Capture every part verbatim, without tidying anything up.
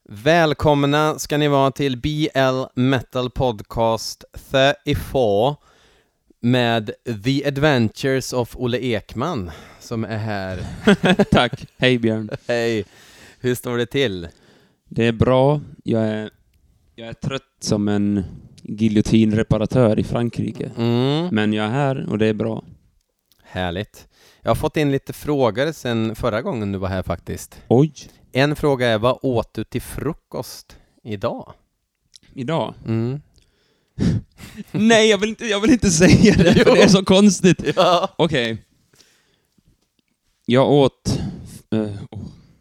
Välkomna ska ni vara till B L Metal Podcast trettiotvå med The Adventures of Olle Ekman som är här. Tack. Hej Björn. Hej. Hur står det till? Det är bra. Jag är, jag är trött som en giljotinreparatör i Frankrike. Mm. Men jag är här och det är bra. Härligt. Jag har fått in lite frågor sen förra gången du var här faktiskt. Oj. En fråga är, vad åt du till frukost idag? Idag? Mm. Nej, jag vill inte, jag vill inte säga det, för det är så konstigt. Ja. Okej. Okay. Jag åt... Uh, oh.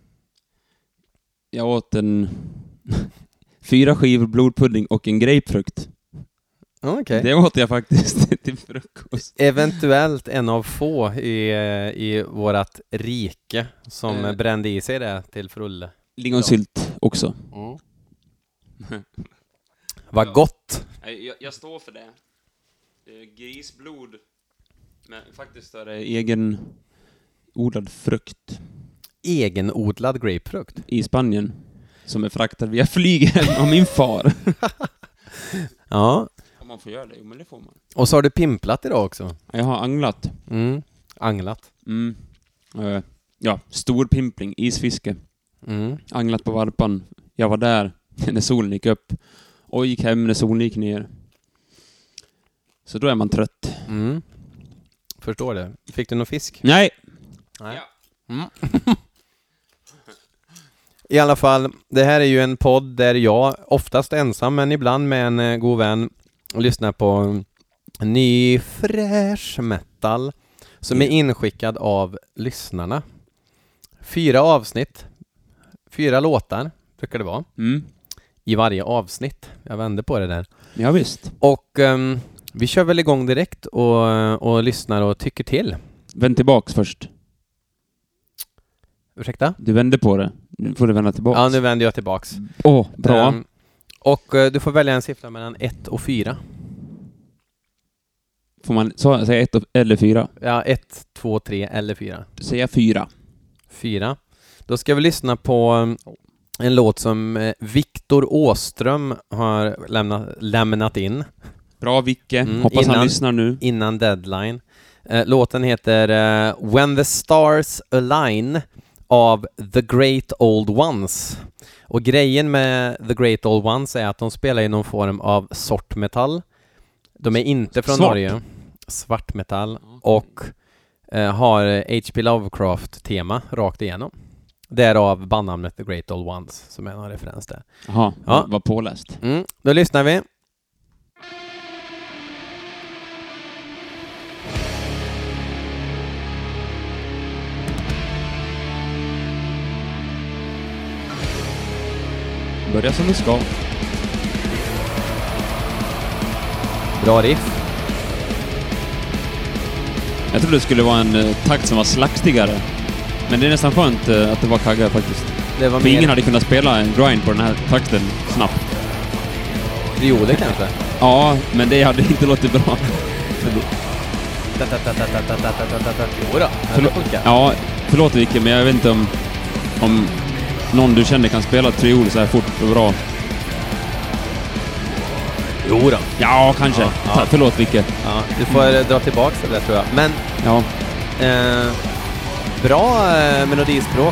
Jag åt en... fyra skivor blodpudding och en grapefrukt. Okay. Det åt jag faktiskt till frukost. Eventuellt en av få i, i vårat rike som eh. brände i sig det till frulle. Lingonsylt också. Mm. Vad gott! Jag, jag står för det. Grisblod. Men faktiskt är det egen odlad frukt. Egenodlad grapefrukt? I Spanien. Som är fraktad via flyg av min far. Ja. Om man får göra det, men det får man. Och så har du pimplat idag också. Jag har anglat. Mm. Anglat. Mm. Uh, ja, stor pimpling, isfiske. Mm. Anglat på varpan. Jag var där när solen gick upp. Och gick hem när solen gick ner. Så då är man trött. Mm. Förstår det. Fick du någon fisk? Nej. Nej. Ja. Mm. I alla fall, det här är ju en podd där jag oftast ensam men ibland med en eh, god vän lyssnar på ny fräsch metal som är inskickad av lyssnarna. Fyra avsnitt, fyra låtar brukar det vara. Mm. I varje avsnitt. Jag vände på det där. Ja, visst. Och um, vi kör väl igång direkt och, och lyssnar och tycker till. Vänd tillbaks först. Ursäkta? Du vände på det. Nu får du vända tillbaks. Ja, nu vänder jag tillbaks. Åh, oh, bra. Um, och uh, du får välja en siffra mellan ett och fyra. Får man så, säga ett eller fyra? Ja, ett, två, tre eller fyra. Säga fyra. Fyra. Då ska vi lyssna på um, en låt som uh, Viktor Åström har lämnat, lämnat in. Bra, Vicke. Mm, Hoppas innan, han lyssnar nu. Innan deadline. Uh, låten heter uh, When the Stars Align av The Great Old Ones. Och grejen med The Great Old Ones är att de spelar i någon form av sortmetall. De är inte från Svart. Norge. Svartmetall. Och uh, har H P Lovecraft-tema rakt igenom. Därav bandnamnet The Great Old Ones som är en referens där. Jaha, ja. Var påläst. Mm, då lyssnar vi. Börja som det ska. Bra riff. Jag trodde det skulle vara en uh, takt som var slaktigare. Men det är nästan skönt uh, att det var kaggar faktiskt. Det var För mer... ingen hade kunnat spela en grind på den här takten snabbt. Violer kanske? Ja, men det hade inte låtit bra. Jodå, Förlåt, ja, förlåt Vicke, men jag vet inte om, om någon du känner kan spela triol så här fort och bra. Jo då. Ja, kanske. Ja, ja. Ta, förlåt Vicke. Ja, du får mm. dra tillbaka det där tror jag. Men ja. eh, bra eh, melodispråk.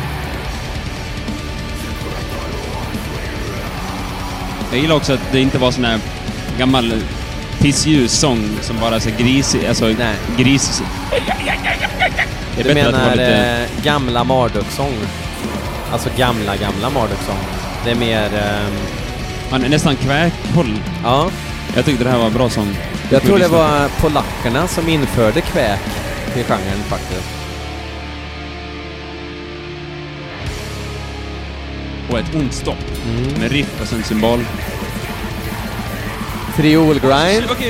Jag gillar också att det inte var sån här gammal pissljus sång som bara så gris, alltså Nej. gris. Det är du menar att det var lite... eh, gamla Marduk-sång? Alltså gamla, gamla Marduk-sång. Det är mer... Eh... Han är nästan kväkhåll. Ja. Jag tyckte det här var en bra sång. Jag tror det var polackerna som införde kväk i genren faktiskt. Och ett ont stopp. Mm. Med riff och sen symbol. Triolgrind. Okej.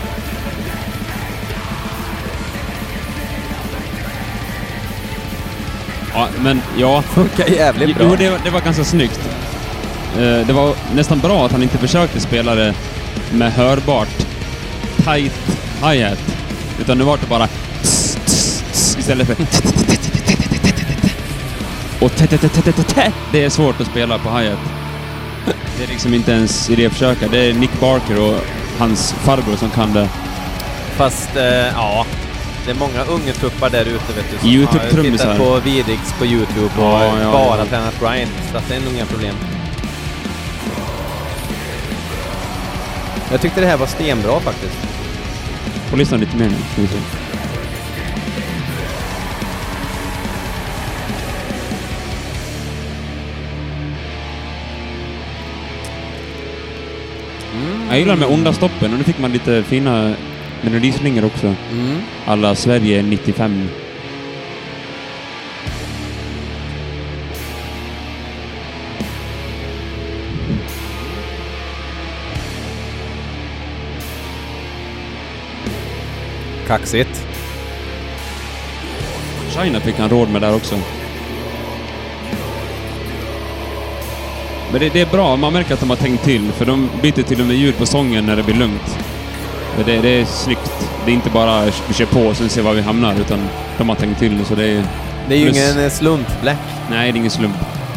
Ja, men ja. Funkar jävligt bra. Jo, det, det var ganska snyggt. Uh, det var nästan bra att han inte försökte spela det med hörbart tight hi-hat. Utan nu var det bara istället för och det är svårt att spela på hi-hat. Det är liksom inte ens idéförsöka. Det är Nick Barker och hans farbror som kan det. Fast, eh, ja... Det är många unga tuppar där ute, vet du, som YouTube-trummisar. har tittat på Vidigs på YouTube och Ja, ja, bara ja. tränat grind. Så att det är nog inga problem. Jag tyckte det här var stenbra faktiskt. Och lyssna lite mer nu. Ska vi se. Mm. Jag gillar med onda stoppen och nu fick man lite fina melodislingor också. Mm. Alla Sverige nittiofem. Kaxigt. China fick han råd med där också. Men det, det är bra, man märker att de har tänkt till. För de byter till och med ljud på sången när det blir lugnt. Det, det är snyggt. Det är inte bara vi kör på och sen ser var vi hamnar, utan de har tänkt till. Så det är, Det är ju plus, ingen slumpbläck. Nej, det är ingen slump.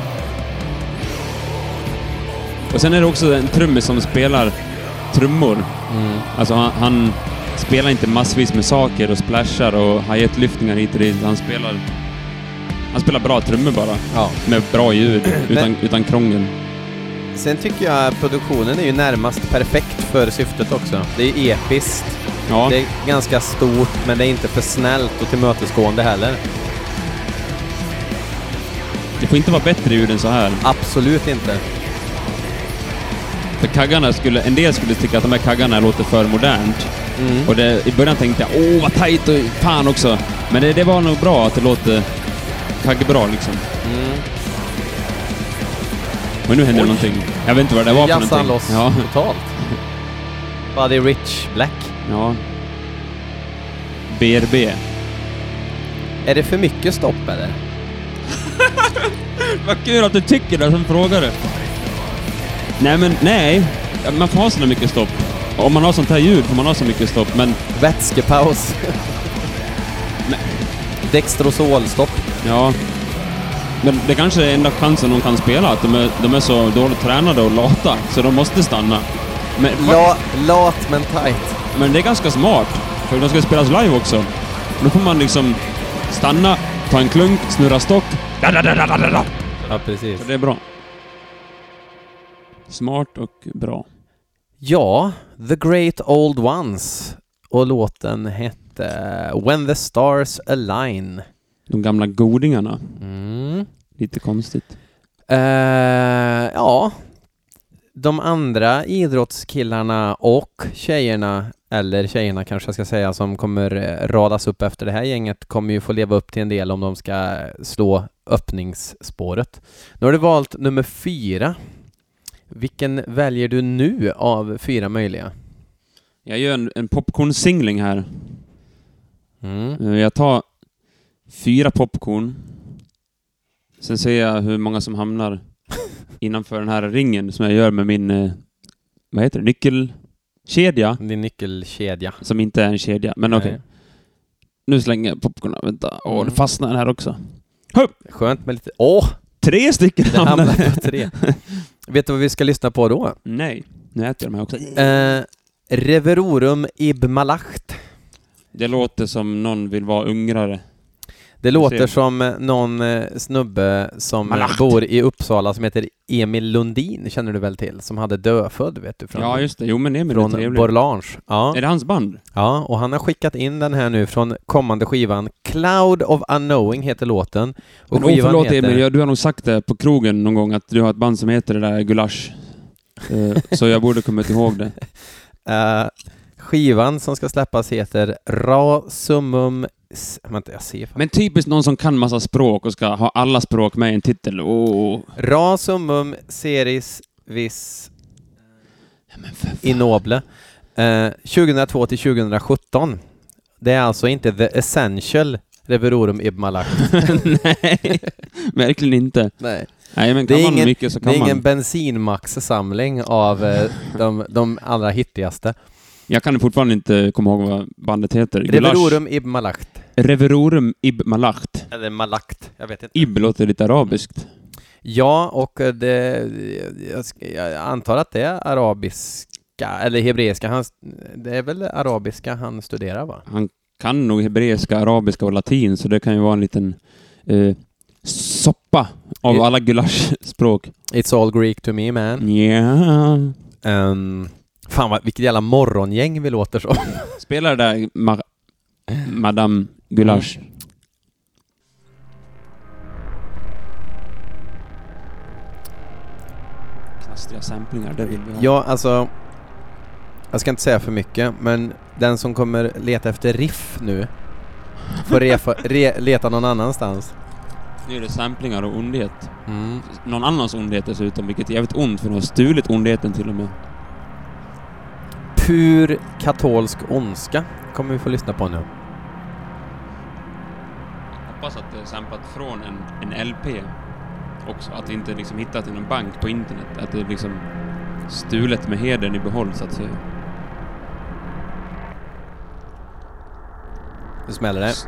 Och sen är det också en trummis som spelar trummor. Mm. Alltså han, han spelar inte massvis med saker och splashar och hi-hat-lyftningar hit och dit. Han spelar, han spelar bra trummor bara. Ja. Med bra ljud, utan, utan krångel. Sen tycker jag att produktionen är ju närmast perfekt för syftet också. Det är ju episkt. Ja. Det är ganska stort, men det är inte för snällt och tillmötesgående heller. Det får inte vara bättre ljud än så här. Absolut inte. För kaggarna skulle, en del skulle tycka att de här kaggarna låter för modernt. Mm. Och det, i början tänkte jag, åh vad tajt och fan också. Men det, det var nog bra att det låter kaggbra liksom. Mm. Men nu händer Oj. någonting. Jag vet inte vad det var för Jassar någonting. loss Ja. totalt. Buddy Rich Black. Ja. B R B. Är det för mycket stopp eller? Vad kul att du tycker det som frågar du. Nej men nej. Man får ha så mycket stopp. Om man har sånt här ljud får man ha så mycket stopp. Men Vätskepaus. Men- Dextrosolstopp. ja. Men det kanske är enda chansen de kan spela. Att de är, de är så dåligt tränade och lata. Så de måste stanna. Men, La, lat men tight. men det är ganska smart. För de ska spelas live också. Då får man liksom stanna, ta en klunk, snurra stock. Da, da, da, da, da, da. Ja, precis. Så det är bra. Smart och bra. Ja, The Great Old Ones. Och låten hette When the Stars Align. De gamla godingarna. Mm. Lite konstigt. Uh, ja, de andra idrottskillarna och tjejerna, eller tjejerna kanske jag ska säga, som kommer radas upp efter det här gänget, kommer ju få leva upp till en del om de ska slå öppningsspåret. Nu har du valt nummer fyra. Vilken väljer du nu av fyra möjliga? Jag gör en, en popcorn-singling här. Mm. Jag tar fyra popcorn. Sen ser jag hur många som hamnar innanför den här ringen som jag gör med min, eh, vad heter det, nyckelkedja. Din nyckelkedja. Som inte är en kedja, men okej. Nej. Nu slänger jag popcornen. Vänta, åh, Mm. det fastnar den här också. Hup! Skönt med lite... Åh! Tre stycken Det hamnar. hamnar på tre. Vet du vad vi ska lyssna på då? Nej, nu äter jag de här också. Eh, Reverorum Ib Malacht. Det låter som någon vill vara ungrare. Det låter ser. som eh, någon eh, snubbe som eh, Malacht. bor i Uppsala som heter Emil Lundin, känner du väl till? Som hade dödfödd, vet du? Från, Ja, just det. Jo, men Emil är från trevlig. Borlange. Ja. Är det hans band? Ja, och han har skickat in den här nu från kommande skivan. Cloud of Unknowing heter låten. Och Men, åh, skivan förlåt heter... Emil, jag, du har nog sagt det på krogen någon gång att du har ett band som heter det där Gulasch. Eh, så jag borde komma ihåg det. Eh, skivan som ska släppas heter Ra Summum... S- Vänta, jag ser fan. Men typiskt någon som kan massa språk och ska ha alla språk med i en titel. Åh. Ra Summum Seris Vis Innoble. Eh, tjugohundratvå till tjugohundrasjutton. Det är alltså inte The Essential Reverorum Ib Malacht. Nej, verkligen inte. Nej. Nej, men Det kan är man ingen, mycket så det kan är man. ingen bensinmax-samling av eh, de, de allra hittigaste. Jag kan fortfarande inte komma ihåg vad bandet heter. Gulasch. Reverorum Ib Malacht. Reverorum Ib Malacht. Eller Malacht, jag vet inte. Ib låter lite arabiskt. Ja, och det, jag, jag antar att det är arabiska, eller hebreiska. Han, det är väl arabiska han studerar, va? Han kan nog hebreiska, arabiska och latin, så det kan ju vara en liten eh, soppa av It, alla gulaschspråk. It's all Greek to me, man. Yeah. Um, fan, vad, vilket jävla morgongäng vi låter så. Spelar det där Ma- Madame Gulasch? Mm. Knastiga samplingar, det vill vi ha. Ja, alltså... Jag ska inte säga för mycket, men den som kommer leta efter riff nu får refa, re, leta någon annanstans. Nu är det samplingar och ondhet. Mm. Någon annans ondhet dessutom, vilket är jävligt ont, för de har stulit ondheten till och med. Pur katolsk ondska kommer vi få lyssna på nu. Jag hoppas att det är samplat från en, en L P också, att det inte liksom hittat i någon bank på internet, att det är liksom stulet med hedern i behåll, så att säga. Nu smäller det.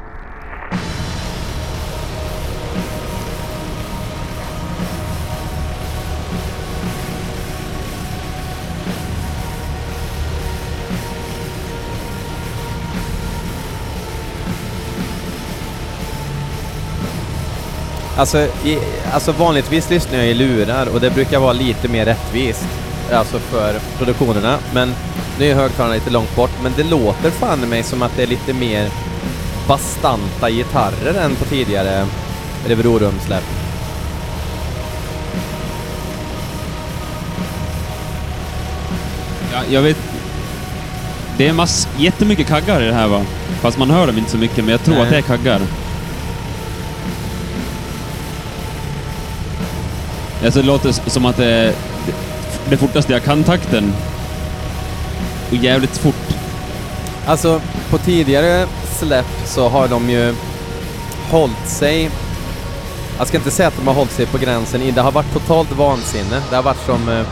Alltså, i, alltså vanligtvis lyssnar jag i lurar och det brukar vara lite mer rättvist, alltså för produktionerna, men nu är högtalarna lite långt bort, men det låter fan i mig som att det är lite mer bastanta gitarrer än på tidigare Reverorum-släpp. Ja, jag vet. Det är mass, jättemycket kaggar i det här, va? Fast man hör dem inte så mycket, men jag tror Nej. att det är kaggar. Alltså, det låter som att det är det fortaste jag kan takten. Och jävligt fort. Alltså, på tidigare släpp så har de ju hållit sig... Jag ska inte säga att de har hållit sig på gränsen. Det har varit totalt vansinne. Det har varit som... Eh...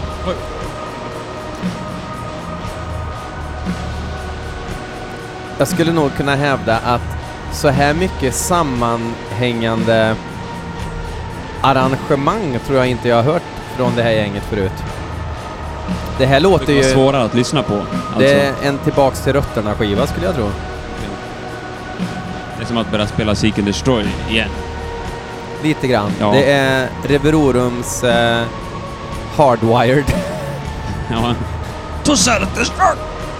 Jag skulle nog kunna hävda att så här mycket sammanhängande arrangemang tror jag inte jag har hört från det här gänget förut. Det här låter ju... svårare att lyssna på. Alltså. Det är en tillbaks till rötterna skiva, skulle jag tro. Det är som att börja spela Seek and Destroy igen. Lite grann. Ja. Det är Reverorums uh, Hardwired. Ja. To self-destruct!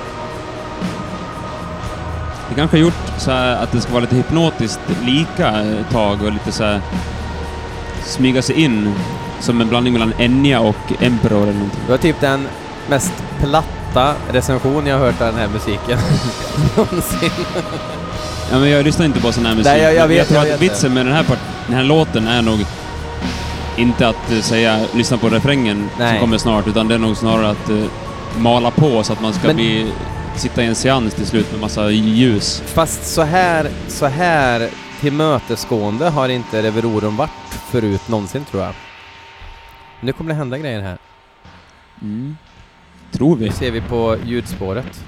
Det kanske har gjort så att det ska vara lite hypnotiskt lika ett tag och lite så här smyga sig in som en blandning mellan Enya och Emperor eller någonting. Det var typ den mest platta recension jag har hört av den här musiken någonsin. Ja, men jag lyssnar inte på sån här musik. Nej, jag, jag, vet, jag tror jag att vet vitsen med den här, part- den här låten är nog inte att uh, säga lyssna på refrängen Nej. som kommer snart, utan det är nog snarare att uh, mala på så att man ska men, bli sitta i en seans till slut med massa ljus. Fast så här, så här tillmötesgående har inte Reverorum varit förut någonsin, tror jag. Nu kommer det hända grejer här. Mm. Tror vi. Nu ser vi på ljudspåret.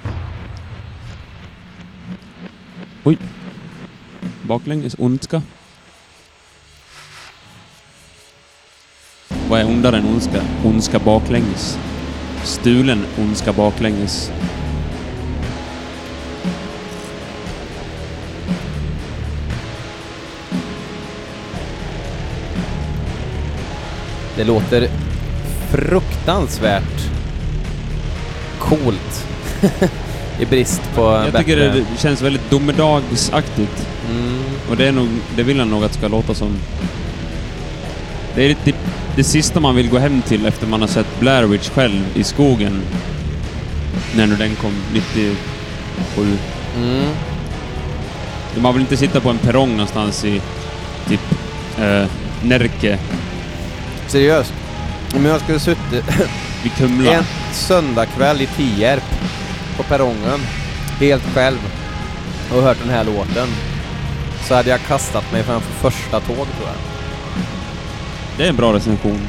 Oj. Baklänges ondska. Vad är ondare än ondska? Ondska baklänges. Stulen ondska baklänges. Det låter fruktansvärt coolt i brist på Jag bättre. tycker det känns väldigt domedagsaktigt. Mm. Och det är nog, det vill han nog att ska låta som. Det är det, det sista man vill gå hem till efter man har sett Blair Witch själv i skogen. När nu den kom nittiosju. Mm. Man vill inte sitta på en perrong någonstans i typ eh, Närke. Seriöst. Om jag skulle suttit vid Kumla en söndagkväll i Tierp på perrongen helt själv och hört den här låten, så hade jag kastat mig framför första tåg, tror jag. Det är en bra recension.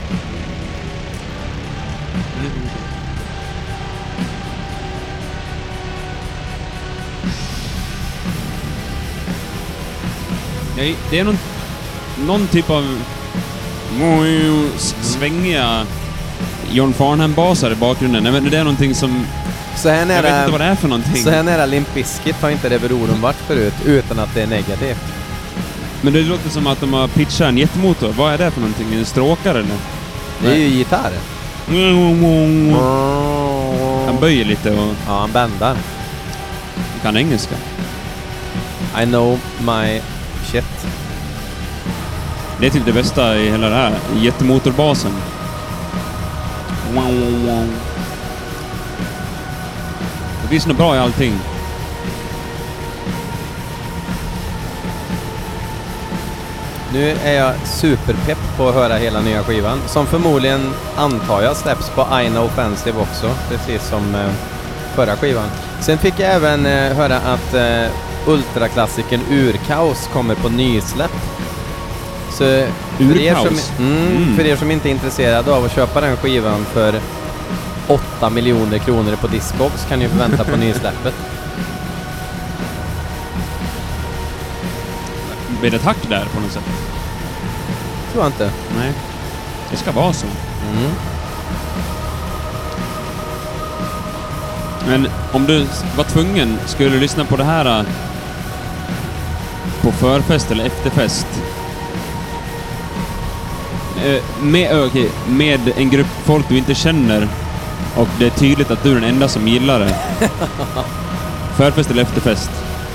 Nej, det är någon, någon typ av svängiga John Farnham-basar i bakgrunden. Nej, men det är någonting som... Så här nära, jag vet inte vad det är för någonting. Så här nära Limp Bizkit har inte Reverorum varit förut utan att det är negativt. Men det låter som att de har pitchat en jättemotor. Vad är det för någonting? En stråkare eller? Det är ju gitarr. Han böjer lite och... Ja, han bändar. Han kan engelska. I know my shit. Det är typ det bästa i hela det här. Jättemotorbasen. Det finns något bra i allting. Nu är jag superpepp på att höra hela nya skivan. Som förmodligen, antar jag, släpps på I Know Offensive också. Precis som eh, förra skivan. Sen fick jag även eh, höra att eh, ultraklassikern Urkaos kommer på nysläpp. Så för er, som, mm, mm. för er som inte är intresserade av att köpa den skivan för åtta miljoner kronor på Discogs kan ni förvänta på nysläppet. Blir det tack där på något sätt? Tror jag inte. Nej. Det ska vara så. Mm. Men om du var tvungen, skulle du lyssna på det här på förfest eller efterfest? Med, okay, med en grupp folk du inte känner och det är tydligt att du är den enda som gillar det. Förfest eller efterfest?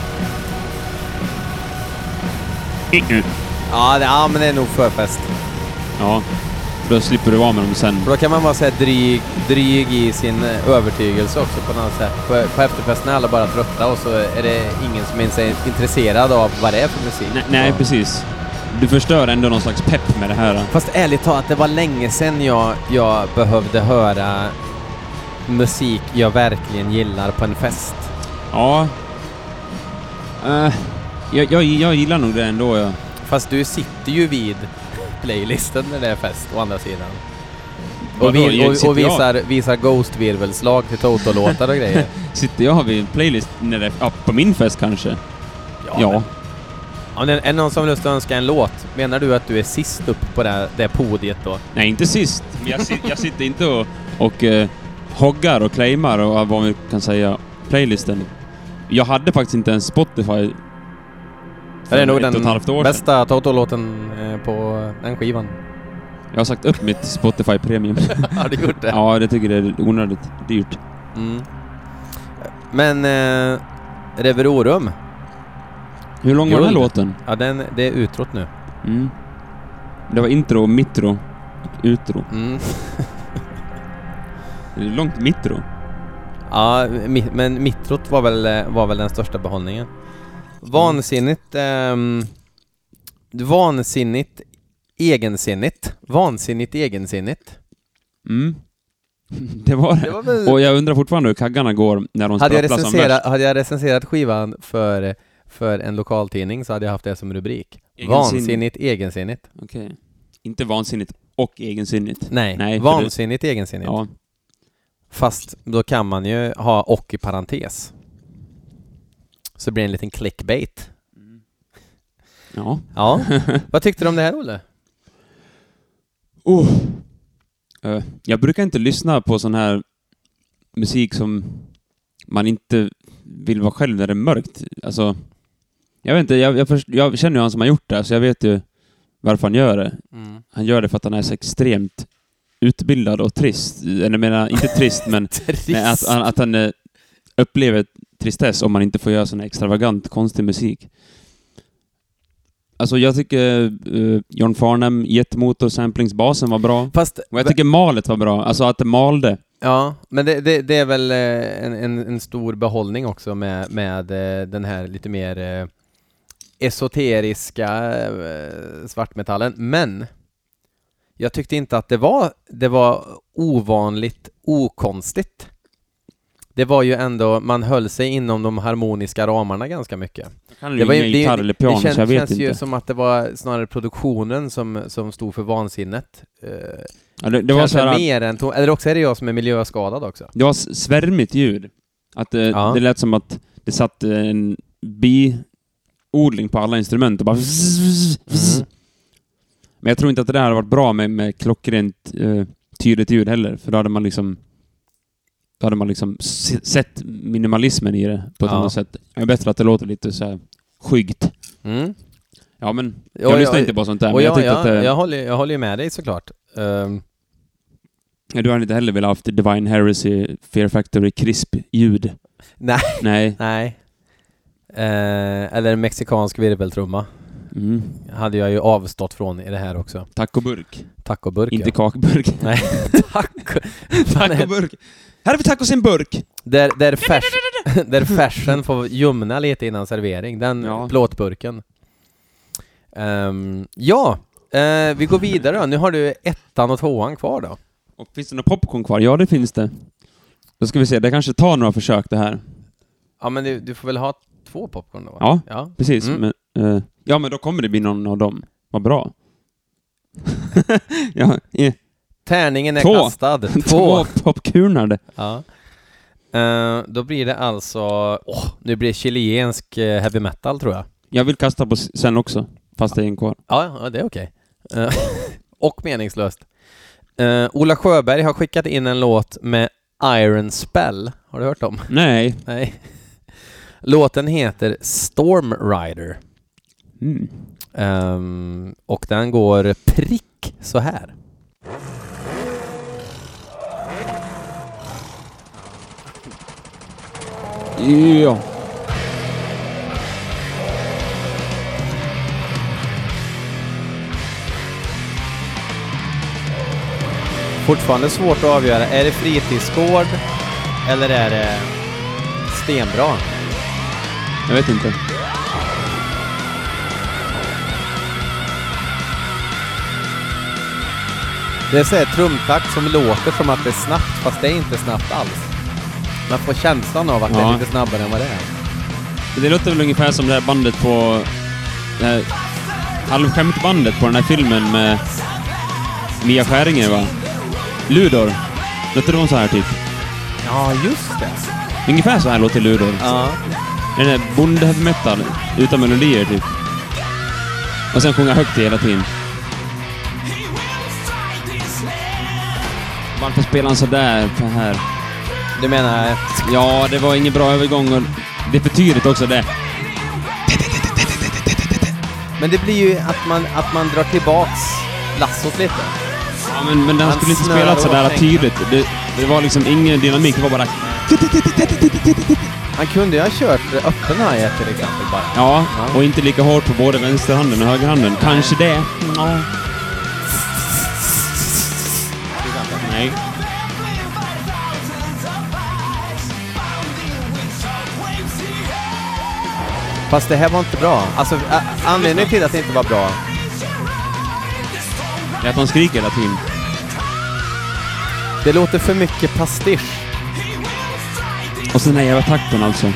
Ja, det, ja, men det är nog förfest. Ja, då slipper du vara med dem sen. För då kan man vara så här dryg, dryg i sin övertygelse också på något sätt. På, på efterfesten är alla bara trötta och så är det ingen som är intresserad av vad det är för musik. Nej, nej precis. Du förstör ändå någon slags pepp med det här. Fast ärligt talat, det var länge sedan jag, jag behövde höra musik jag verkligen gillar på en fest. Ja. Uh, jag, jag, jag gillar nog det ändå, ja. Fast du sitter ju vid playlisten när det är fest, å andra sidan. Och, vi, och, och visar, visar Ghost-virvelslag till Toto-låtar och grejer. Sitter jag vid en playlist när det är, ja, på min fest kanske? Ja. ja. Om det är någon som lust att önska en låt, menar du att du är sist upp på det, det podiet då? Nej, inte sist. Jag, jag sitter inte och, och uh, hoggar och claimar och vad vi kan säga playlisten. Jag hade faktiskt inte en Spotify. Det är nog den bästa Toto-låten eh, på den skivan. Jag har sagt upp mitt Spotify Premium. Har du gjort det? Ja, det tycker jag är onödigt dyrt. Mm. Men eh, Reverorum. Hur lång var den här låten? Ja, den, det är utrot nu. Mm. Det var intro, mitro och utro. Mm. Det är långt mitro. Ja, mi- men mitrot var väl, var väl den största behållningen. Vansinnigt eh, vansinnigt egensinnigt. Vansinnigt egensinnigt. Mm. Det var det. det var väl... Och jag undrar fortfarande hur kaggarna går när de hade jag sprattlar som värst. Hade jag recenserat skivan för, för en lokaltidning så hade jag haft det som rubrik. Vansinnigt egensinnigt. Okej. Okay. Inte vansinnigt och egensinnigt. Nej, Nej vansinnigt det... egensinnigt. Ja. Fast då kan man ju ha och i parentes. Så blir det en liten clickbait. Mm. Ja. Ja. Vad tyckte du om det här, Olle? Oh. Uh, jag brukar inte lyssna på sån här musik som man inte vill vara själv när det är mörkt. Alltså, jag vet inte, jag, jag, först, jag känner ju han som har gjort det, så jag vet ju varför han gör det. Mm. Han gör det för att han är så extremt utbildad och trist. Eller menar, inte trist, men nej, att, att han uh, upplever tristess om man inte får göra sån extravagant, konstig musik. Alltså jag tycker uh, John Farnham, Jetmotor, samplingsbasen var bra. Fast, och jag tycker malet var bra, alltså att det malde. Ja, men det, det, det är väl en, en, en stor behållning också med, med den här lite mer eh, esoteriska eh, svartmetallen. Men jag tyckte inte att det var, det var ovanligt okonstigt. Det var ju ändå, man höll sig inom de harmoniska ramarna ganska mycket. Kan det, var ju, gitarr eller piano, det känns, så jag vet känns inte. ju som att det var snarare produktionen som, som stod för vansinnet. Ja, det, det var så här, mer än, eller också är det jag som är miljöskadad också. Det var svärmigt ljud. Att det, ja. det lät som att det satt en biodling på alla instrument och bara... Mm. Men jag tror inte att det där hade varit bra med, med klockrent uh, tydligt ljud heller. För då hade man liksom då hade man liksom sett minimalismen i det på ett ja. annat sätt. Det är bättre att det låter lite så här skyggt. Mm. Ja, men jag och, lyssnar jag, inte på sånt där. Men jag, jag, jag, att det, jag, håller, jag håller ju med dig såklart. Um. Ja, du har inte heller velat haft Divine Heresy, Fear Factory, krisp-ljud. Nej. Nej. Nej. Uh, eller mexikansk virveltrumma. Mm. Hade jag ju avstått från i det här också. Tacoburk. Tacoburk, Inte ja. kakburk. Nej, taco. Tacoburk. Här har vi tacos i en burk. Där, där, färs, där färsen får ljumna lite innan servering. Den ja. plåtburken. Um, ja, uh, vi går vidare då. Nu har du ettan och tvåan kvar då. Och finns det några popcorn kvar? Ja, det finns det. Då ska vi se, det kanske tar några försök det här. Ja, men du, du får väl ha två popcorn då? Va? Ja, ja, precis. Mm. Men, uh, ja, men då kommer det bli någon av dem. Vad bra. ja, yeah. Tärningen är Två. kastad. Två, Två popcornade. Ja. Uh, då blir det alltså... Oh, nu blir det chilensk uh, heavy metal, tror jag. Jag vill kasta på sen också, fast det är en kvar. Ja, ja det är okej. Okay. Uh, och meningslöst. Uh, Ola Sjöberg har skickat in en låt med Iron Spell. Har du hört om? Nej. Nej. Låten heter Storm Rider. Mm. Um, och den går prick så här. Ja. Fortfarande svårt att avgöra. Är det fritidsgård eller är det stenbra? Jag vet inte. Det är så här trumtakt som låter som att det är snabbt, fast det är inte snabbt alls. Man får känslan av att ja. det är lite snabbare än vad det är. Det låter väl ungefär som det här bandet på... Det här halvskämtbandet på den här filmen med Mia Skäringer, va? Ludor. Låter de så här typ? Ja, just det. Ungefär så här låter Ludor. Ja. Den är bonde metal utan melodier typ. Och sen sjunga högt hela tiden. Varför spelar han så där på här? Du menar... Ja, det var ingen bra övergång och det är för tydligt också det. Men det blir ju att man, att man drar tillbaks lassot lite. Ja, men, men den skulle inte spela så där tydligt. Det, det var liksom ingen dynamik, det var bara... Han kunde ju ha kört öppen hi-hat till exempel bara. Ja, ja, och inte lika hårt på både vänsterhanden och högerhanden. Kanske det. Ja. Nej. Fast det här var inte bra. Alltså, ä- anledningen till att det inte var bra är att han skriker hela tiden. Det låter för mycket pastisch. Och sen den här jävla takten alltså.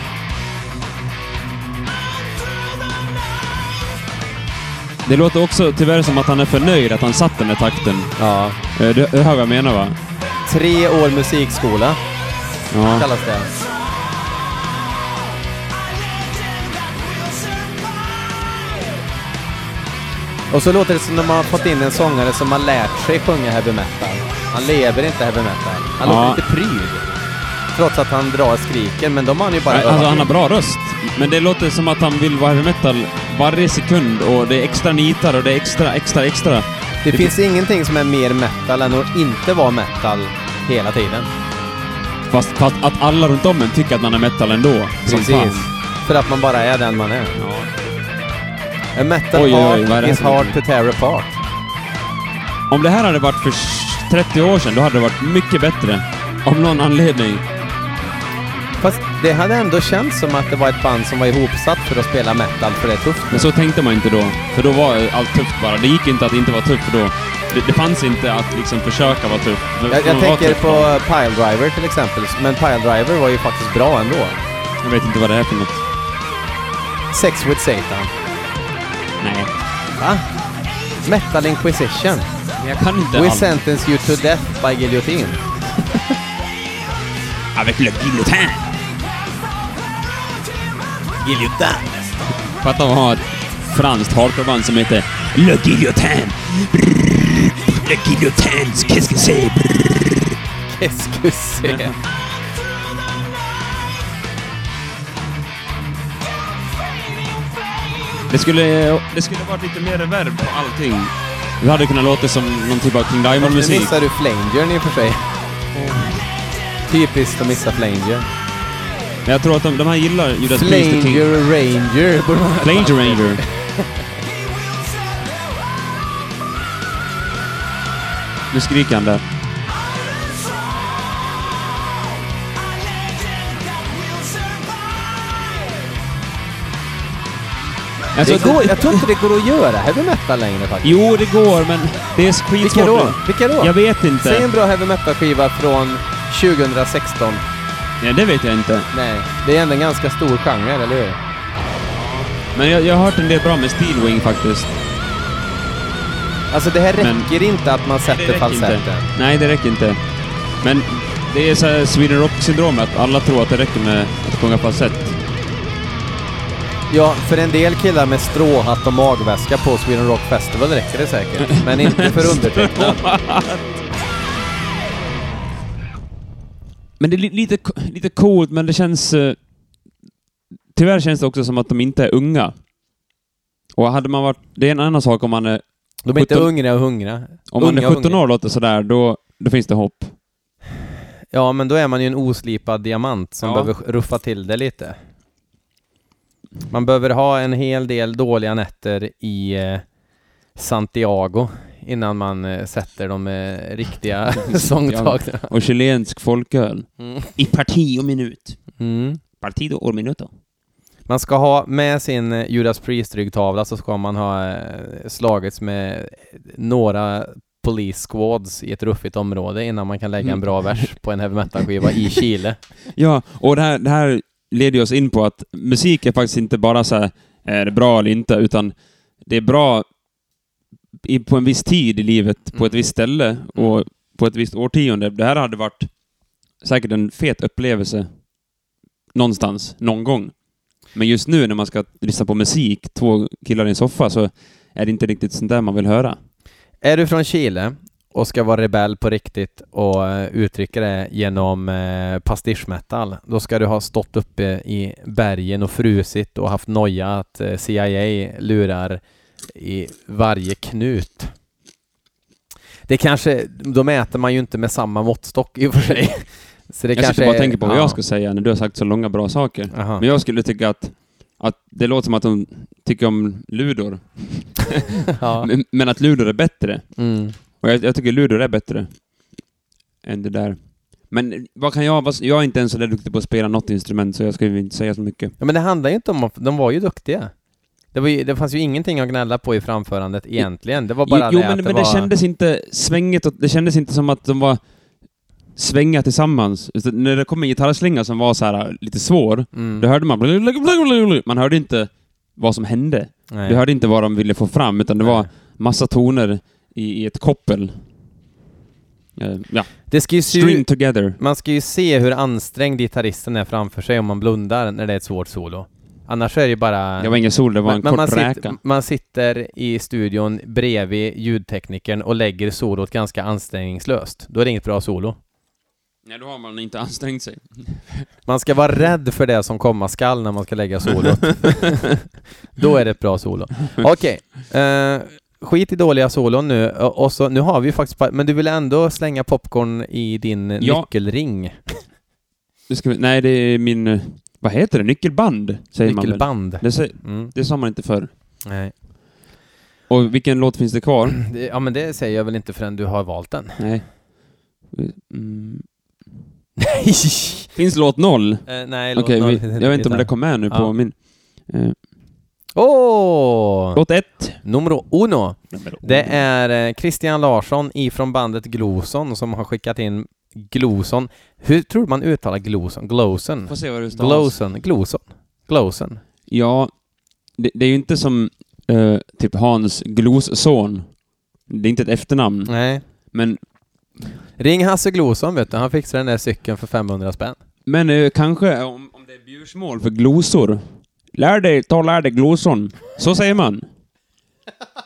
Det låter också tyvärr som att han är förnöjd att han satt den där takten. Ja. Du, du hör vad jag menar, va? Tre år musikskola. Ja. Kallas det. Och så låter det som när man har fått in en sångare som har lärt sig sjunga heavy metal. Han lever inte heavy metal. Han ja. låter inte pryd. Trots att han drar skriken, men de har han ju bara Nej, alltså, han har bra röst. Men det låter som att han vill vara heavy metal varje sekund. Och det är extra nitar och det är extra, extra, extra. Det, det finns det... ingenting som är mer metal än att inte vara metal hela tiden. Fast, fast att alla runt om en tycker att man är metal ändå. Precis. För att man bara är den man är. Ja. A metal oj, oj, oj, art is hard to tear apart. Om det här hade varit för trettio år sedan, då hade det varit mycket bättre. Om någon anledning. Fast det hade ändå känts som att det var ett band som var ihopsatt för att spela metal, för det är tufft. Men så tänkte man inte då. För då var allt tufft bara. Det gick inte att inte vara tufft då. Det, det fanns inte att liksom försöka vara tuff. Jag, jag tänker på bara. Pile Driver till exempel. Men Pile Driver var ju faktiskt bra ändå. Jag vet inte vad det är för något. Sex with Satan. Nej. Va? Metal Inquisition. Jag kan inte We allt. sentence you to death by guillotine. Avec le guillotine. Guillotine. Fatta att ha ett franskt hardcoreband som heter Le guillotine. Le guillotine. Qu'est-ce que c'est? Qu'est-ce que c'est? Det skulle, det skulle varit lite mer reverb på allting. Det hade kunnat låta som någon typ av King Diamond-musik. Nu missar du Flanger i och för sig. Typiskt att missa Flanger. Men jag tror att de, de här gillar Judas Priest och King... Flanger Ranger. Flanger Ranger. Nu skriker han där. Alltså, det går, jag tror inte det går att göra heavy metal längre faktiskt. Jo, det går, men det är skitsvårt. Vilka då? Vilka då? Jag vet inte. Säg en bra heavy metal-skiva från tjugohundrasexton. Nej, det vet jag inte. Nej, det är ändå en ganska stor genre, eller hur? Men jag, jag har hört en del bra med Steelwing faktiskt. Alltså det här räcker men, inte att man sätter falsetten. Nej, det räcker inte. Men det är så här Sweden Rock-syndromet att alla tror att det räcker med att sjunga falsett. Ja, för en del killar med stråhatt och magväska på Sweden Rock Festival räcker det säkert. Men inte för undertecknad. Men det är lite, lite coolt, men det känns... Uh, tyvärr känns det också som att de inte är unga. Och hade man varit... Det är en annan sak om man är... De är inte hungriga och hungriga. Om man är sjutton år låter sådär, då, då finns det hopp. Ja, men då är man ju en oslipad diamant som ja. behöver ruffa till det lite. Man behöver ha en hel del dåliga nätter i eh, Santiago innan man eh, sätter de eh, riktiga sångtagna. Och chilensk folköl. Mm. I parti och minut. Mm. Partido och minuto. Man ska ha med sin eh, Judas Priest-ryggtavla, så ska man ha eh, slagits med några police squads i ett ruffigt område innan man kan lägga en bra vers på en heavy metal-skiva i Chile. Ja, och det här... Det här leder oss in på att musik är faktiskt inte bara så här, är det bra eller inte, utan det är bra i, på en viss tid i livet, på ett visst ställe och på ett visst årtionde. Det här hade varit säkert en fet upplevelse någonstans, någon gång. Men just nu när man ska lyssna på musik, två killar i en soffa, så är det inte riktigt sånt där man vill höra. Är du från Chile och ska vara rebell på riktigt och uh, uttrycka det genom uh, pastischmetal, då ska du ha stått uppe i bergen och frusit och haft noja att uh, C I A lurar i varje knut. Det kanske, då mäter man ju inte med samma måttstock i och för sig. Så det jag kanske bara är, tänker på vad ja. jag ska säga när du har sagt så långa bra saker. Aha. Men jag skulle tycka att, att det låter som att de tycker om ludor. Ja. men, men att ludor är bättre. Mm. Och jag, jag tycker ludor är bättre än det där. Men vad kan jag... Jag är inte ens så där duktig på att spela något instrument, så jag ska ju inte säga så mycket. Ja, men det handlar ju inte om... De var ju duktiga. Det, var ju, det fanns ju ingenting att gnälla på i framförandet egentligen. Det var bara jo, det men, att det men var... det kändes inte svänget, och det kändes inte som att de var svänga tillsammans. Så när det kom en gitarrslinga som var så här lite svår, mm. då hörde man... Man hörde inte vad som hände. Nej. Du hörde inte vad de ville få fram, utan det Nej. var massa toner i, i ett koppel. Uh, ja. Det ska ju String together. Man ska ju se hur ansträngd gitarristen är framför sig om man blundar när det är ett svårt solo. Annars är det ju bara... Det var ingen sol, det var en man, kort man räka. Sitter, man sitter i studion bredvid ljudteknikern och lägger solot ganska ansträngningslöst. Då är det inget bra solo. Nej, då har man inte ansträngt sig. Man ska vara rädd för det som komma skall när man ska lägga solot. Då är det ett bra solo. Okej. Okay. Uh, skit i dåliga solon nu. Och så, nu har vi ju faktiskt... Men du vill ändå slänga popcorn i din ja. nyckelring. Det ska vi, nej, det är min... Vad heter det? Nyckelband, säger Nyckelband. man väl. Det, säger, mm. det sa man inte förr. Nej. Och vilken låt finns det kvar? Det, ja, men det säger jag väl inte förrän du har valt den. Nej. Mm. Nej! Finns låt noll? Uh, nej, låt okay, noll. Vi, jag vet inte om det kom med nu ja. på min... Uh. Åh! Oh! Låt ett. Numero uno. Numero uno. Det är eh, Christian Larsson ifrån bandet Gloson som har skickat in Gloson. Hur tror man uttalar Gloson? Gloson. Får se vad det står. Gloson. Gloson. Gloson. Ja, det, det är ju inte som uh, typ Hans Glosson. Det är inte ett efternamn. Nej. Men... Ring Hasse Gloson, vet du. Han fixar den där cykeln för femhundra spänn. Men uh, kanske om, om det är bjursmål för glosor. Lär dig, ta lär dig gloson. Så säger man.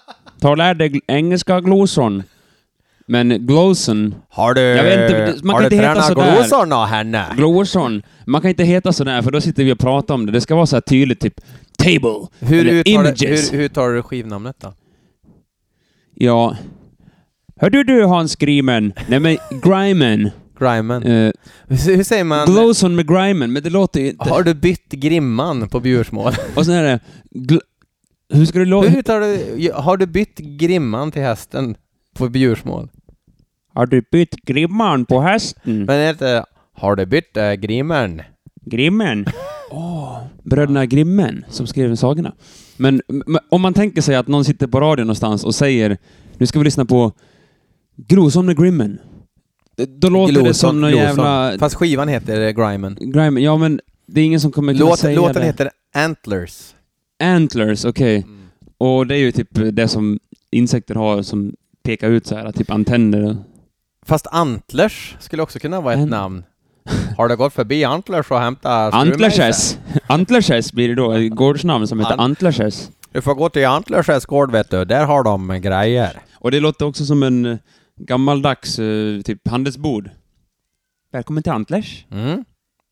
Ta och lär dig gl- engelska glosorn. Men glosorn... Har du, Jag vet inte, man har kan du inte heta tränat sådär. glosorna henne? Glosorn. Man kan inte heta sådär, för då sitter vi och pratar om det. Det ska vara så här tydligt, typ table. Hur eller uttalar, images. hur, hur tar du skivnamnet då? Ja. Hör du du Hans Grimen? Nej men Grimen. Grimen. Uh, hur, hur säger man? Glowson med Grimen, men det låter ju inte... Har du bytt Grimman på bjursmål? Och sen är det... Gl- hur ska du låta... Hur uttalar du? Har du bytt Grimman till hästen på bjursmål? Har du bytt Grimman på hästen? Men det heter, har du bytt äh, Grimmen? Grimmen? Åh, oh, bröderna Grimmen som skrev sagorna. Men m- om man tänker sig att någon sitter på radio någonstans och säger nu ska vi lyssna på Glowson med Grimmen. Då låter Glowson, det som någon Glowson. jävla... Fast skivan heter Grimen. Grimen, ja men det är ingen som kommer kunna Låt, säga låten det. heter Antlers. Antlers, okej. Okay. Mm. Och det är ju typ det som insekter har som pekar ut så här, typ antenner. Fast Antlers skulle också kunna vara ett An- namn. Har du gått förbi Antlers och hämtat Antlerses. Antlerses blir det då. Ett gårdsnamn som heter An- Antlerses. Du får gå till Antlerses gård, vet du. Där har de grejer. Och det låter också som en eh, gammaldags eh, typ handelsbord. Välkommen till Antlers. Mm.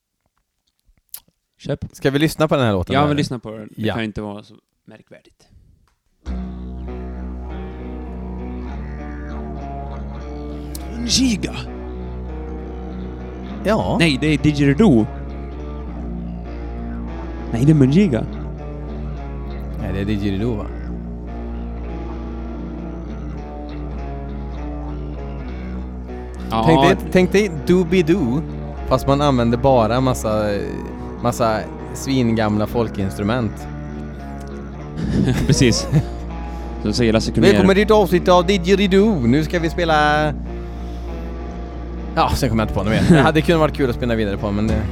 Köp. Ska vi lyssna på den här låten? Ja, där? men lyssna på den. Det Ja. kan inte vara så märkvärdigt. Giga. Ja. Nej, det är Didgeridoo. Nej, det är Mungiga. Nej, det är Didgeridoo, va? Ja, Tänk dig, tänk dig Doobidoo, fast man använder bara massa, massa svingamla folkinstrument. precis. Så säger Lasse Kronér. Välkommen till ett avsnitt av Didgeridoo. Nu ska vi spela... Ja, sen kommer jag inte på något mer. Det hade kunnat varit kul att spinna vidare på, men det...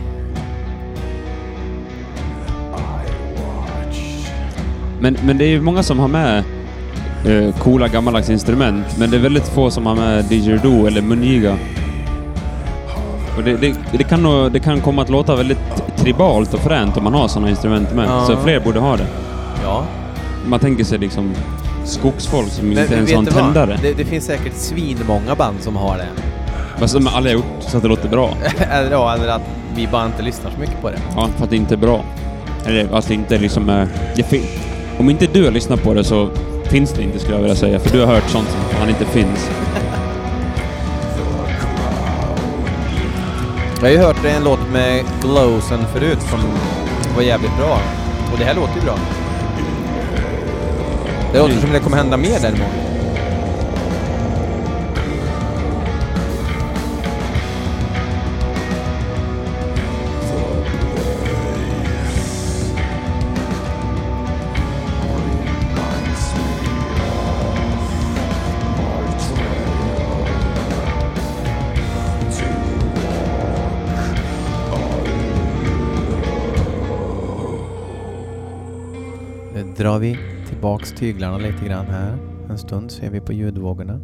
Men, men det är ju många som har med eh, coola gammaldags instrument, men det är väldigt få som har med didgeridoo eller mungiga. Och det, det, det, kan nog, det kan komma att låta väldigt tribalt och fränt om man har sådana instrument med. Ja. Så fler borde ha det. Ja. Man tänker sig liksom skogsfolk som Men inte ens vet har en du vad? tändare. Det, det finns säkert svinmånga band som har det. Fast de har alla gjort så att det låter bra. eller, ja, eller att vi bara inte lyssnar så mycket på det. Ja, för att det inte är bra. Eller att det inte liksom är... Det fin- om inte du har lyssnat på det så finns det inte, skulle jag vilja säga. För du har hört sånt som fan inte finns. Jag har ju hört en låt med Glowson förut som var jävligt bra. Och det här låter ju bra. Det låter som det kommer hända mer däremot. Nu drar vi tillbaks tyglarna lite grann här. En stund ser vi på ljudvågorna.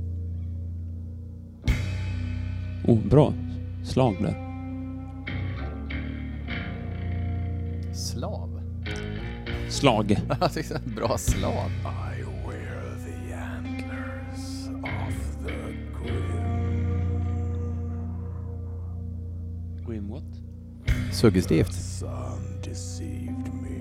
Oh, bra. Slag där. Slav? Slag. Bra slav. I wear the antlers of the grim. Grim what? Suggestivt. Sun deceived me.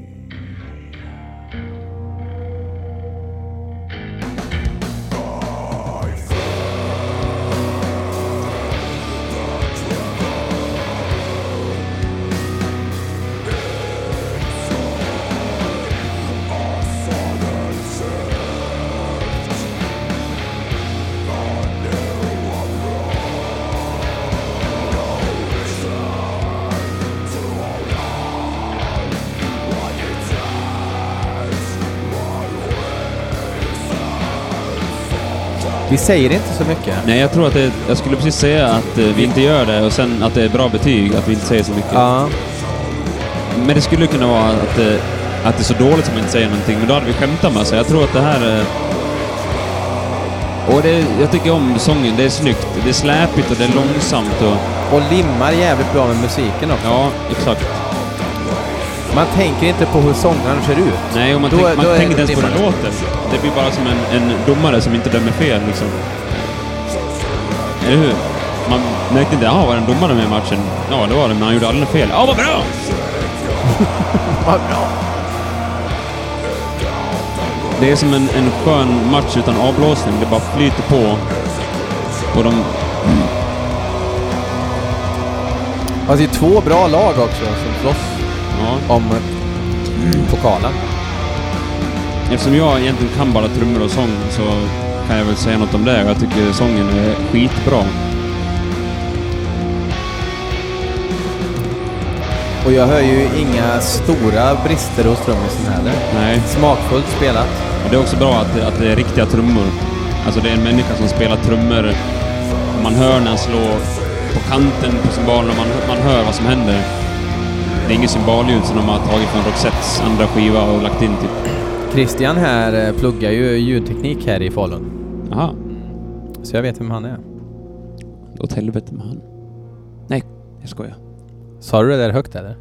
Vi säger inte så mycket. Nej, jag tror att det, jag skulle precis säga att eh, vi inte gör det och sen att det är bra betyg, att vi inte säger så mycket. Ja. Men det skulle kunna vara att, eh, att det är så dåligt som man inte säger någonting, men då hade vi skämtat med. Så jag tror att det här... Eh, och det, jag tycker om sången, det är snyggt. Det är släpigt och det är långsamt och... Och limmar jävligt bra med musiken också. Ja, exakt. Man tänker inte på hur sångaren ser ut. Nej, och man, Då- tänk, man då är tänker det inte ens på hur det dimma. låter. Det blir bara som en, en domare som inte dömer fel, liksom. Eller hur? Man märkte inte, ja, var det en domare med i matchen? Ja, det var det, men han gjorde aldrig fel. Ja, vad bra! Vad bra. Det är som en, en skön match utan avblåsning. Det bara flyter på. Och de... Alltså det är två bra lag också som slåss Ja. om pokalen. Eftersom jag egentligen kan bara trummor och sång så kan jag väl säga något om det. Jag tycker sången är skitbra. Och jag hör ju inga stora brister hos trummisen heller. Nej. Smakfullt spelat. Och det är också bra att det, att det är riktiga trummor. Alltså det är en människa som spelar trummor. Och man hör när han slår på kanten på cymbalen och man, man hör vad som händer. Det är ingen cymballjud som de har tagit från Roxettes andra skiva och lagt in typ. Christian här eh, pluggar ju ljudteknik här i Falun. Aha. Så jag vet vem han är. Åt helvete med han. Nej, jag skojar. Sa du det där högt eller?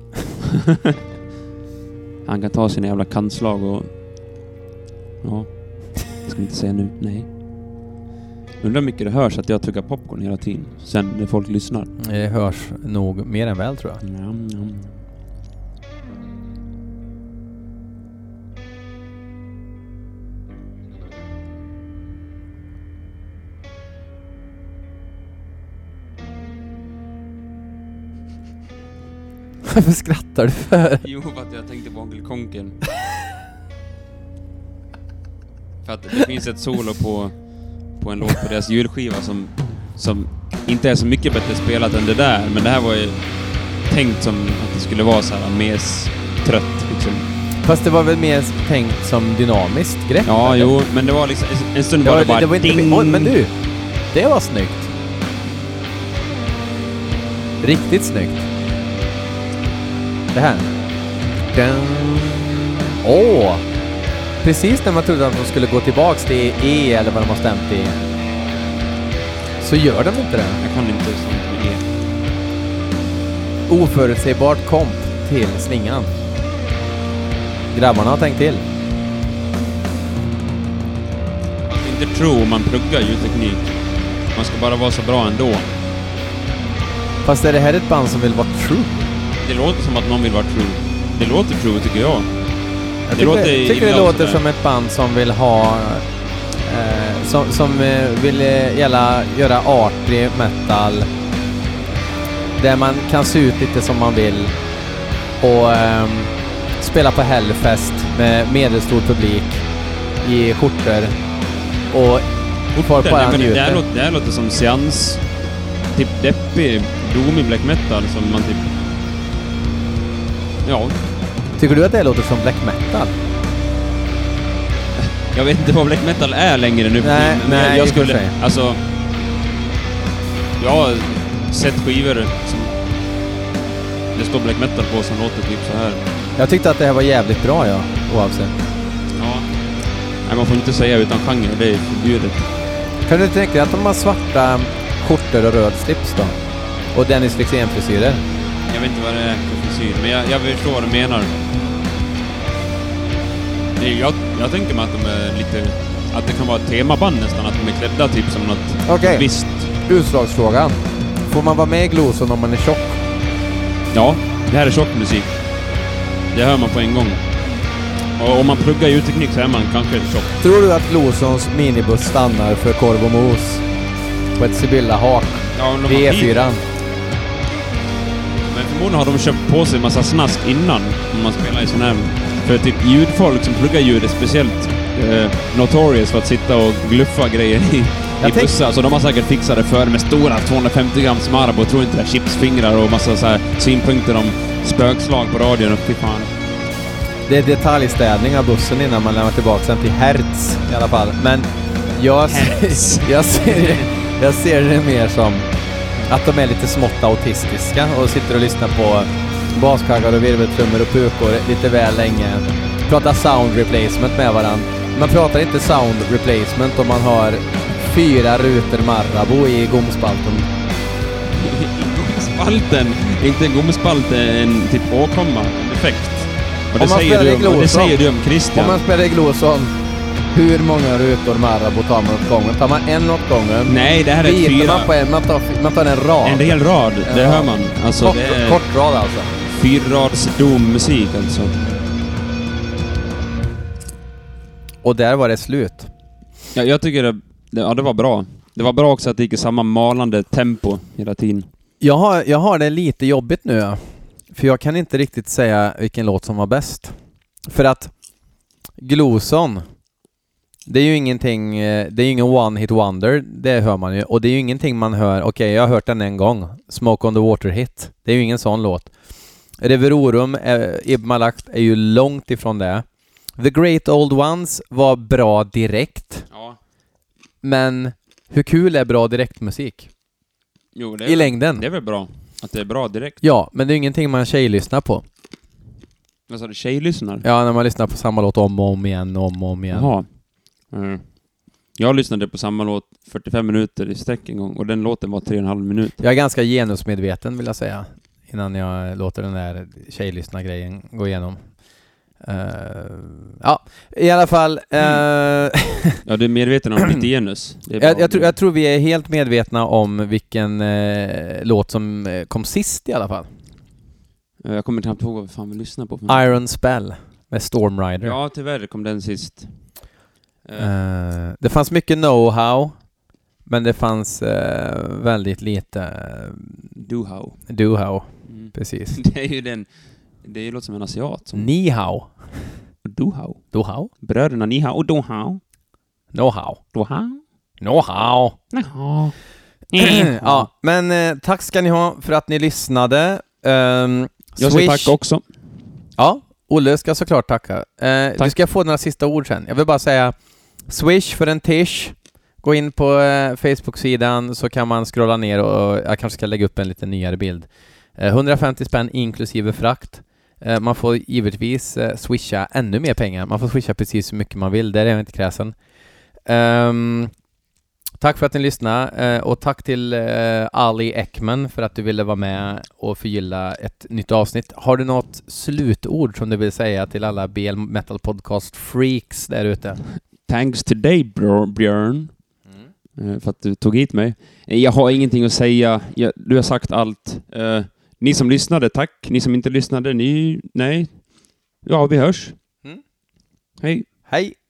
Han kan ta sina jävla kantslag och... Ja. Jag ska inte säga nu. Nej. Undrar hur mycket det hörs att jag tuggar popcorn hela tiden. Sen när folk lyssnar. Det hörs nog mer än väl, tror jag. Njam, njam. Varför skrattar du för? Jo, för att jag tänkte på Onkel Konken. För att det finns ett solo på, på en låt på deras julskiva som, som inte är så mycket bättre spelat än det där. Men det här var ju tänkt som att det skulle vara så här mes trött liksom. Fast det var väl mer tänkt som dynamiskt grepp? Ja, eller? jo, men det var liksom en stund Det var var, det bara det var inte, ding. oj, men du, det var snyggt. Riktigt snyggt. Det här. Den. Åh! Precis när man trodde att de skulle gå tillbaks till E eller vad de har stämt i. Så gör de inte det. Jag kan inte sånt med E. Oförutsägbart komp till slingan. Grabbarna har tänkt till. Att inte tro om man pluggar ljudteknik. Man ska bara vara så bra ändå. Fast är det här ett band som vill vara true? Det låter som att någon vill vara true. Det låter true, tycker jag. Jag Det tycker, låter det, tycker det illa låter sådär. som ett band som vill ha eh, som, som eh, vill eh, gälla, göra artig metal där man kan se ut lite som man vill och eh, spela på Hellfest med medelstor publik i skjortor och folk bara Nej, men det, njuter. här låter, det här låter som seans typ deppig, domig black metal som man typ... Ja, Tycker du att det låter som black metal? jag vet inte vad black metal är längre nu. Nej, men nej, jag, i jag och för skulle... sig. Alltså... Jag har sett skivor som... Det står black metal på som låter typ så här. Jag tyckte att det här var jävligt bra, ja, oavsett. Ja. Nej, man får inte säga utan genre, det är förbjudet. Kan du tänka dig att de har svarta skjortor och röd slips då? Och Dennis Fexén-frisyrer? Jag vet inte vad det är för frisyr, men jag, jag förstår vad du menar. Det- Jag, jag tänker mig att de är lite... Att det kan vara ett temaband nästan, att de är klädda typ som något Okej. visst. Utslagsfrågan. Får man vara med i Gloson om man är tjock? Ja, det här är tjock musik. Det hör man på en gång. Och om man pluggar ljudteknik så är man kanske tjock. Tror du att Glosons minibuss stannar för korv och mos på ett Sibylla-hak Ja, om de vid har E tid. fyra? Men förmodligen har de köpt på sig en massa snask innan om man spelar i sån här... För typ ljudfolk som pluggar ljud är speciellt eh, notorious för att sitta och gluffa grejer i, i Jag tänk- bussar. Så de har säkert fixat det för med stora tvåhundrafemtio grams marb och tror inte det är chipsfingrar och massa så här synpunkter om spökslag på radion och fy fan. Det är detaljstädning av bussen innan man lämnar tillbaka den till Hertz i alla fall. Men jag, Hertz. jag, ser, jag ser det mer som att de är lite smått autistiska och sitter och lyssnar på baskaggar och virveltrummor och pukor lite väl länge. Pratar sound replacement med varandra. Man pratar inte sound replacement om man har fyra rutor Marabou i gomspalten. I gomspalten! Inte en gomspalt, en typ åkomma, en effekt. Och det, Om man säger spelar du, i om- och det Glosson. säger du om Om Christian. man spelar i Glosson, hur många rutor Marabou tar man åt gången? Tar man en åt gången? Nej, det här är Biter fyra. man på en, man tar, man tar en rad. En hel rad, det Ja. hör man. Alltså, kort, det är kort rad alltså. fyrrads dommusik alltså. Och där var det slut. Ja, jag tycker det, det, ja, det var bra. Det var bra också att det gick i samma malande tempo hela tiden. Jag har, jag har det lite jobbigt nu. ja. För jag kan inte riktigt säga vilken låt som var bäst. För att Glosson, det är ju ingenting, eh, det är ju ingen one hit wonder, det hör man ju. Och det är ju ingenting man hör, okej okay, jag har hört den en gång, Smoke on the Water hit. Det är ju ingen sån låt. Reverorum, eh, Ibn Malakt är ju långt ifrån det. The Great Old Ones var bra direkt. Ja. Men hur kul är bra direktmusik? Jo, det I är, längden? det är väl bra att det är bra direkt. Ja, men det är ingenting man tjejlyssnar på. Vad sa du, tjejlyssnar? Ja, när man lyssnar på samma låt om och om igen, om och om igen. Jaha. Mm. Jag lyssnade på samma låt fyrtiofem minuter i sträck en gång och den låten var tre och en halv minut. Jag är ganska genusmedveten vill jag säga, innan jag låter den där tjejlyssna-grejen gå igenom. Uh, ja, i alla fall... Uh, Ja, du är medveten om ditt genus. Det är bra. jag, jag, tror, jag tror vi är helt medvetna om vilken uh, låt som uh, kom sist i alla fall. Jag kommer knappt ihåg vad fan vi lyssnar på. För Iron Spell med Storm Rider. Ja, tyvärr kom den sist. Uh. Uh, det fanns mycket know-how, men det fanns uh, väldigt lite uh, Do-how. do-how. Mm. Precis. Det är ju den... Det är ju låt som en asiat. Som Ni-how. Do-how. Do-how? Bröderna Ni-how och Do-how. Know-how. Do-how. Know-how. Know-how. Ja, men eh, tack ska ni ha för att ni lyssnade. Um, Jag säger tack också. Ja, Olle ska såklart tacka. Eh, du ska få några sista ord sen. Jag vill bara säga Swish för en tish. Gå in på eh, Facebook-sidan så kan man scrolla ner och jag kanske ska lägga upp en lite nyare bild. Eh, hundrafemtio spänn inklusive frakt. Eh, man får givetvis eh, swisha ännu mer pengar. Man får swisha precis så mycket man vill. Där är jag inte kräsen. Um, tack för att ni lyssnade. Eh, och tack till eh, Ali Ekman för att du ville vara med och förgylla ett nytt avsnitt. Har du något slutord som du vill säga till alla B L Metal Podcast freaks där ute? Thanks to dig, Björn. Mm. För att du tog hit mig. Jag har ingenting att säga. Jag, du har sagt allt. Uh, ni som lyssnade, tack. Ni som inte lyssnade, ni... Nej. Ja, vi hörs. Mm. Hej. Hej.